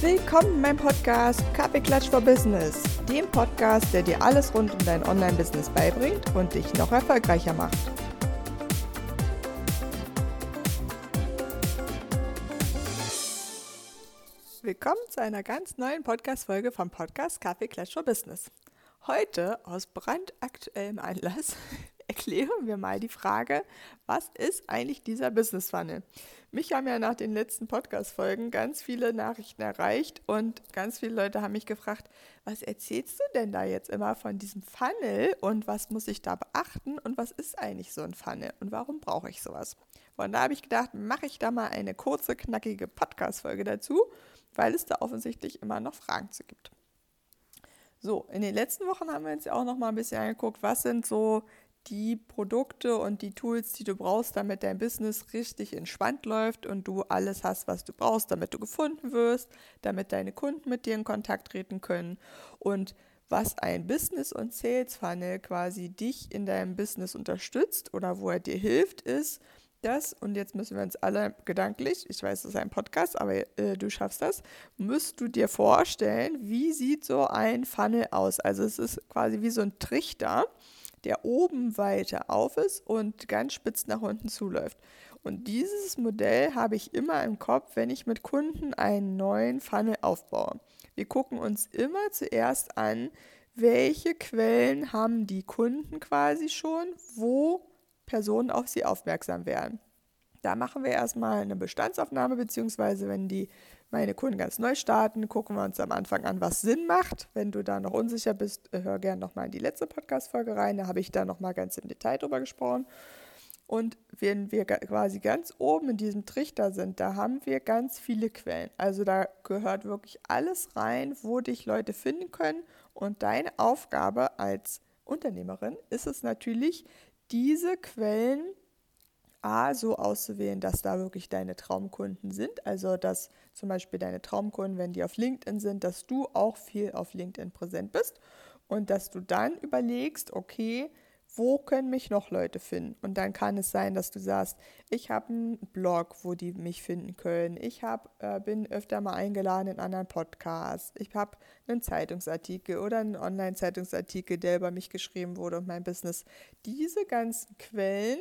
Willkommen in meinem Podcast Kaffeeklatsch for Business, dem Podcast, der dir alles rund um dein Online-Business beibringt und dich noch erfolgreicher macht. Willkommen zu einer ganz neuen Podcast-Folge vom Podcast Kaffeeklatsch for Business. Heute aus brandaktuellem Anlass erklären wir mal die Frage, was ist eigentlich dieser Business Funnel? Mich haben ja nach den letzten Podcast-Folgen ganz viele Nachrichten erreicht und ganz viele Leute haben mich gefragt, was erzählst du denn da jetzt immer von diesem Funnel und was muss ich da beachten und was ist eigentlich so ein Funnel und warum brauche ich sowas? Und da habe ich gedacht, mache ich da mal eine kurze, knackige Podcast-Folge dazu, weil es da offensichtlich immer noch Fragen zu gibt. So, in den letzten Wochen haben wir uns ja auch noch mal ein bisschen angeguckt, was sind so die Produkte und die Tools, die du brauchst, damit dein Business richtig entspannt läuft und du alles hast, was du brauchst, damit du gefunden wirst, damit deine Kunden mit dir in Kontakt treten können und was ein Business- und Sales-Funnel quasi dich in deinem Business unterstützt oder wo er dir hilft, ist das, und jetzt müssen wir uns alle gedanklich, ich weiß, das ist ein Podcast, aber du schaffst das, musst du dir vorstellen, wie sieht so ein Funnel aus? Also es ist quasi wie so ein Trichter, der oben weiter auf ist und ganz spitz nach unten zuläuft. Und dieses Modell habe ich immer im Kopf, wenn ich mit Kunden einen neuen Funnel aufbaue. Wir gucken uns immer zuerst an, welche Quellen haben die Kunden quasi schon, wo Personen auf sie aufmerksam werden. Da machen wir erstmal eine Bestandsaufnahme, beziehungsweise wenn meine Kunden ganz neu starten, gucken wir uns am Anfang an, was Sinn macht. Wenn du da noch unsicher bist, hör gerne nochmal in die letzte Podcast-Folge rein, da habe ich da nochmal ganz im Detail drüber gesprochen. Und wenn wir quasi ganz oben in diesem Trichter sind, da haben wir ganz viele Quellen. Also da gehört wirklich alles rein, wo dich Leute finden können. Und deine Aufgabe als Unternehmerin ist es natürlich, diese Quellen so auszuwählen, dass da wirklich deine Traumkunden sind. Also dass zum Beispiel deine Traumkunden, wenn die auf LinkedIn sind, dass du auch viel auf LinkedIn präsent bist und dass du dann überlegst, okay, wo können mich noch Leute finden? Und dann kann es sein, dass du sagst, ich habe einen Blog, wo die mich finden können. Ich bin öfter mal eingeladen in anderen Podcasts. Ich habe einen Zeitungsartikel oder einen Online-Zeitungsartikel, der über mich geschrieben wurde und mein Business. Diese ganzen Quellen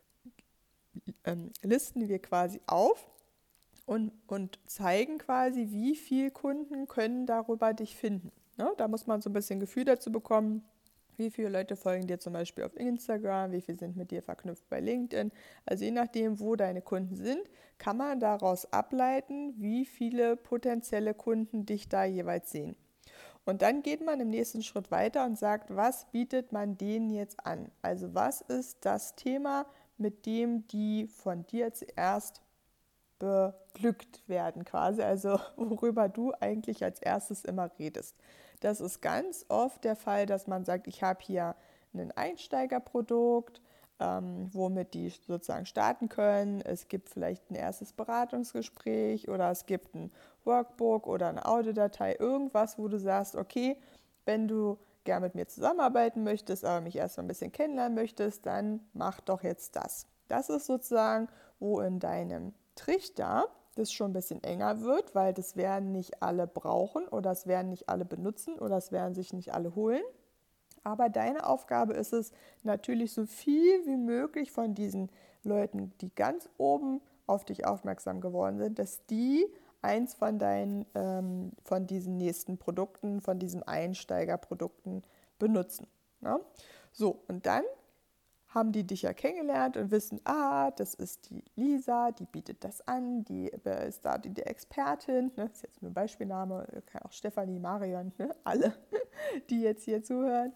listen wir quasi auf und zeigen quasi, wie viele Kunden können darüber dich finden. Ne? Da muss man so ein bisschen Gefühl dazu bekommen, wie viele Leute folgen dir zum Beispiel auf Instagram, wie viele sind mit dir verknüpft bei LinkedIn. Also je nachdem, wo deine Kunden sind, kann man daraus ableiten, wie viele potenzielle Kunden dich da jeweils sehen. Und dann geht man im nächsten Schritt weiter und sagt, was bietet man denen jetzt an? Also was ist das Thema, mit dem die von dir zuerst beglückt werden quasi, also worüber du eigentlich als erstes immer redest. Das ist ganz oft der Fall, dass man sagt, ich habe hier ein Einsteigerprodukt, womit die sozusagen starten können. Es gibt vielleicht ein erstes Beratungsgespräch oder es gibt ein Workbook oder eine Audiodatei, irgendwas, wo du sagst, okay, wenn du gerne mit mir zusammenarbeiten möchtest, aber mich erst mal ein bisschen kennenlernen möchtest, dann mach doch jetzt das. Das ist sozusagen, wo in deinem Trichter das schon ein bisschen enger wird, weil das werden nicht alle brauchen oder es werden nicht alle benutzen oder es werden sich nicht alle holen. Aber deine Aufgabe ist es, natürlich so viel wie möglich von diesen Leuten, die ganz oben auf dich aufmerksam geworden sind, dass die eins von diesen nächsten Produkten, von diesen Einsteigerprodukten benutzen. Ne? So, und dann haben die dich ja kennengelernt und wissen, das ist die Lisa, die bietet das an, die ist da die Expertin, ne? Das ist jetzt nur ein Beispielname, kann auch Stefanie, Marion, ne? Alle, die jetzt hier zuhören,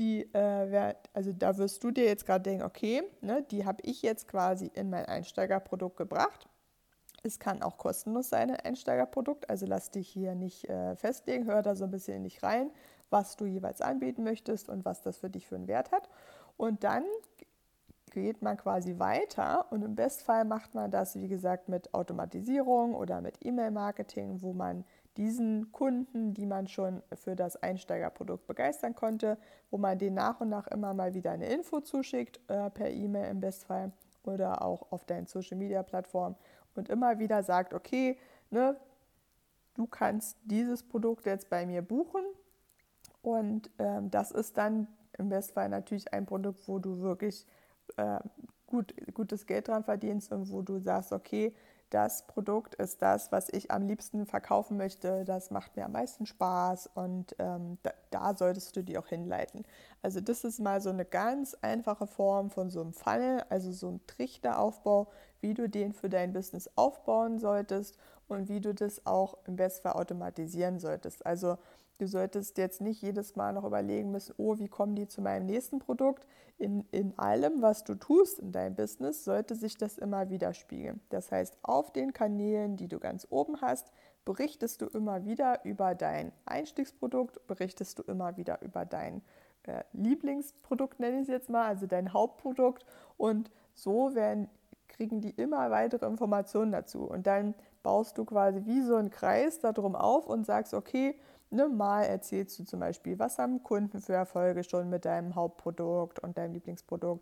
also da wirst du dir jetzt gerade denken, okay, ne, die habe ich jetzt quasi in mein Einsteigerprodukt gebracht. Es kann auch kostenlos sein, ein Einsteigerprodukt, also lass dich hier nicht festlegen, hör da so ein bisschen in dich rein, was du jeweils anbieten möchtest und was das für dich für einen Wert hat. Und dann geht man quasi weiter und im Bestfall macht man das, wie gesagt, mit Automatisierung oder mit E-Mail-Marketing, wo man diesen Kunden, die man schon für das Einsteigerprodukt begeistern konnte, wo man denen nach und nach immer mal wieder eine Info zuschickt, per E-Mail im Bestfall oder auch auf deinen Social-Media-Plattformen und immer wieder sagt, okay, ne, du kannst dieses Produkt jetzt bei mir buchen und das ist dann im Bestfall natürlich ein Produkt, wo du wirklich äh, gutes Geld dran verdienst und wo du sagst, okay, das Produkt ist das, was ich am liebsten verkaufen möchte, das macht mir am meisten Spaß und da solltest du die auch hinleiten. Also das ist mal so eine ganz einfache Form von so einem Funnel, also so ein Trichteraufbau, wie du den für dein Business aufbauen solltest und wie du das auch im Bestfall automatisieren solltest. Also du solltest jetzt nicht jedes Mal noch überlegen müssen, oh, wie kommen die zu meinem nächsten Produkt? In allem, was du tust in deinem Business, sollte sich das immer widerspiegeln. Das heißt, auf den Kanälen, die du ganz oben hast, berichtest du immer wieder über dein Einstiegsprodukt, berichtest du immer wieder über dein Lieblingsprodukt, nenne ich es jetzt mal, also dein Hauptprodukt. Und so kriegen die immer weitere Informationen dazu. Und dann baust du quasi wie so einen Kreis darum auf und sagst, okay, mal erzählst du zum Beispiel, was haben Kunden für Erfolge schon mit deinem Hauptprodukt und deinem Lieblingsprodukt?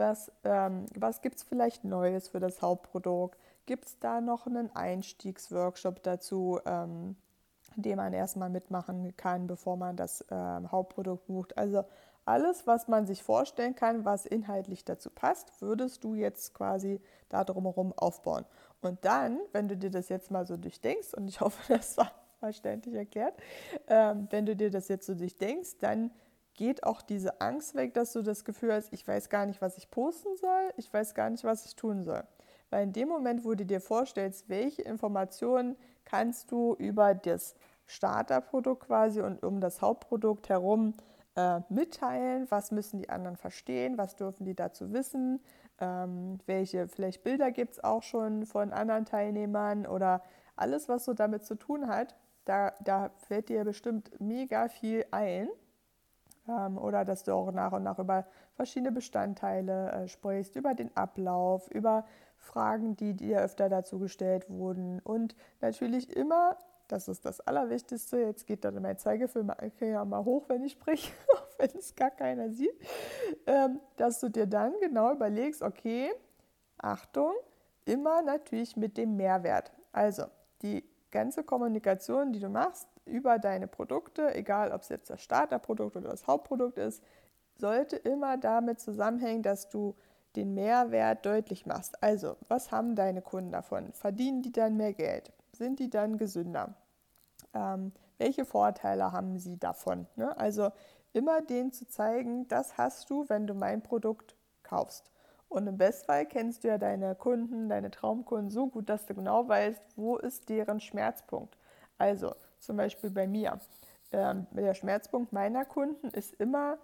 Was gibt es vielleicht Neues für das Hauptprodukt? Gibt es da noch einen Einstiegsworkshop dazu, den man erstmal mitmachen kann, bevor man das Hauptprodukt bucht? Also alles, was man sich vorstellen kann, was inhaltlich dazu passt, würdest du jetzt quasi da drumherum aufbauen. Und dann, wenn du dir das jetzt mal so durchdenkst, und ich hoffe, das war verständlich erklärt. Wenn du dir das jetzt so durchdenkst, dann geht auch diese Angst weg, dass du das Gefühl hast, ich weiß gar nicht, was ich posten soll, ich weiß gar nicht, was ich tun soll. Weil in dem Moment, wo du dir vorstellst, welche Informationen kannst du über das Starterprodukt quasi und um das Hauptprodukt herum mitteilen, was müssen die anderen verstehen, was dürfen die dazu wissen, welche vielleicht Bilder gibt es auch schon von anderen Teilnehmern oder alles, was so damit zu tun hat, da fällt dir bestimmt mega viel ein. Oder dass du auch nach und nach über verschiedene Bestandteile sprichst, über den Ablauf, über Fragen, die dir öfter dazu gestellt wurden. Und natürlich immer, das ist das Allerwichtigste, jetzt geht dann mein Zeigefinger mal hoch, wenn ich spreche, auch wenn es gar keiner sieht, dass du dir dann genau überlegst, okay, Achtung, immer natürlich mit dem Mehrwert. Also die ganze Kommunikation, die du machst über deine Produkte, egal ob es jetzt das Starterprodukt oder das Hauptprodukt ist, sollte immer damit zusammenhängen, dass du den Mehrwert deutlich machst. Also, was haben deine Kunden davon? Verdienen die dann mehr Geld? Sind die dann gesünder? Welche Vorteile haben sie davon? Ne? Also immer denen zu zeigen, das hast du, wenn du mein Produkt kaufst. Und im Bestfall kennst du ja deine Kunden, deine Traumkunden so gut, dass du genau weißt, wo ist deren Schmerzpunkt. Also zum Beispiel bei mir. Der Schmerzpunkt meiner Kunden ist immer,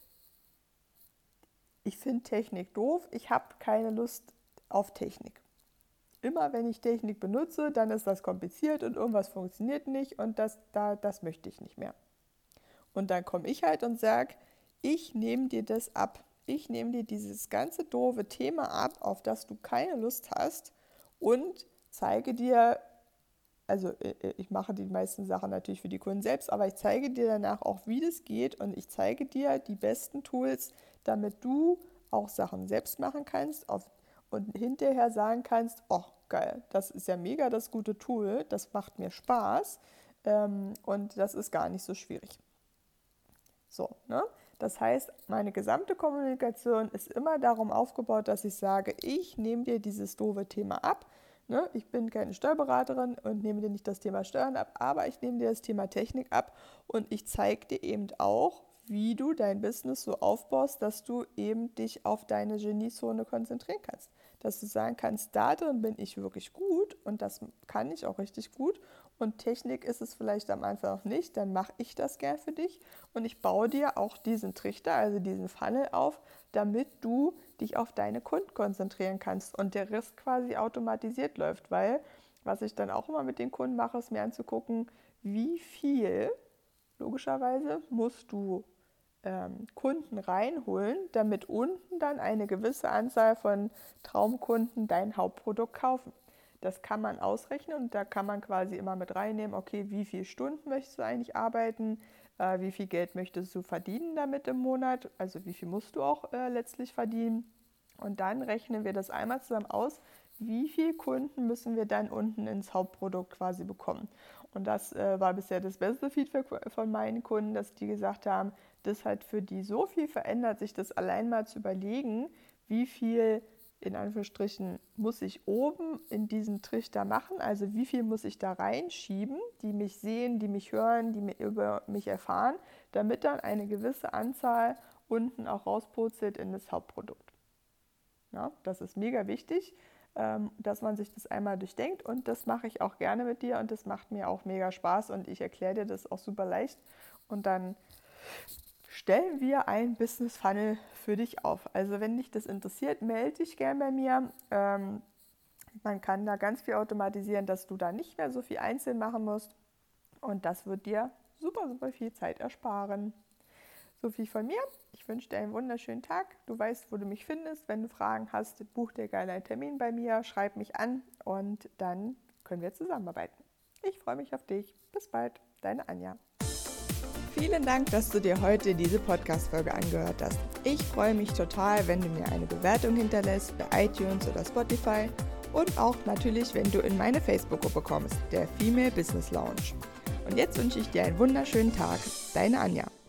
ich finde Technik doof, ich habe keine Lust auf Technik. Immer wenn ich Technik benutze, dann ist das kompliziert und irgendwas funktioniert nicht und das möchte ich nicht mehr. Und dann komme ich halt und sage, ich nehme dir das ab. Ich nehme dir dieses ganze doofe Thema ab, auf das du keine Lust hast und zeige dir, also ich mache die meisten Sachen natürlich für die Kunden selbst, aber ich zeige dir danach auch, wie das geht und ich zeige dir die besten Tools, damit du auch Sachen selbst machen kannst und hinterher sagen kannst, oh geil, das ist ja mega das gute Tool, das macht mir Spaß und das ist gar nicht so schwierig. So, ne? Das heißt, meine gesamte Kommunikation ist immer darum aufgebaut, dass ich sage, ich nehme dir dieses doofe Thema ab. Ne? Ich bin keine Steuerberaterin und nehme dir nicht das Thema Steuern ab, aber ich nehme dir das Thema Technik ab und ich zeige dir eben auch, wie du dein Business so aufbaust, dass du eben dich auf deine Geniezone konzentrieren kannst. Dass du sagen kannst, da drin bin ich wirklich gut und das kann ich auch richtig gut und Technik ist es vielleicht am Anfang noch nicht, dann mache ich das gern für dich und ich baue dir auch diesen Trichter, also diesen Funnel auf, damit du dich auf deine Kunden konzentrieren kannst und der Rest quasi automatisiert läuft, weil was ich dann auch immer mit den Kunden mache, ist mir anzugucken, wie viel logischerweise musst du Kunden reinholen, damit unten dann eine gewisse Anzahl von Traumkunden dein Hauptprodukt kaufen. Das kann man ausrechnen und da kann man quasi immer mit reinnehmen, okay, wie viele Stunden möchtest du eigentlich arbeiten, wie viel Geld möchtest du verdienen damit im Monat, also wie viel musst du auch letztlich verdienen. Und dann rechnen wir das einmal zusammen aus, wie viele Kunden müssen wir dann unten ins Hauptprodukt quasi bekommen. Und das war bisher das beste Feedback von meinen Kunden, dass die gesagt haben, das hat für die so viel verändert, sich das allein mal zu überlegen, wie viel in Anführungsstrichen muss ich oben in diesen Trichter machen, also wie viel muss ich da reinschieben, die mich sehen, die mich hören, die über mich erfahren, damit dann eine gewisse Anzahl unten auch rauspurzelt in das Hauptprodukt. Ja, das ist mega wichtig, dass man sich das einmal durchdenkt und das mache ich auch gerne mit dir und das macht mir auch mega Spaß und ich erkläre dir das auch super leicht und dann stellen wir ein Business Funnel für dich auf. Also wenn dich das interessiert, melde dich gerne bei mir. Man kann da ganz viel automatisieren, dass du da nicht mehr so viel einzeln machen musst und das wird dir super, super viel Zeit ersparen. So viel von mir. Ich wünsche dir einen wunderschönen Tag. Du weißt, wo du mich findest. Wenn du Fragen hast, buch dir gerne einen Termin bei mir, schreib mich an und dann können wir zusammenarbeiten. Ich freue mich auf dich. Bis bald, deine Anja. Vielen Dank, dass du dir heute diese Podcast-Folge angehört hast. Ich freue mich total, wenn du mir eine Bewertung hinterlässt bei iTunes oder Spotify und auch natürlich, wenn du in meine Facebook-Gruppe kommst, der Female Business Lounge. Und jetzt wünsche ich dir einen wunderschönen Tag. Deine Anja.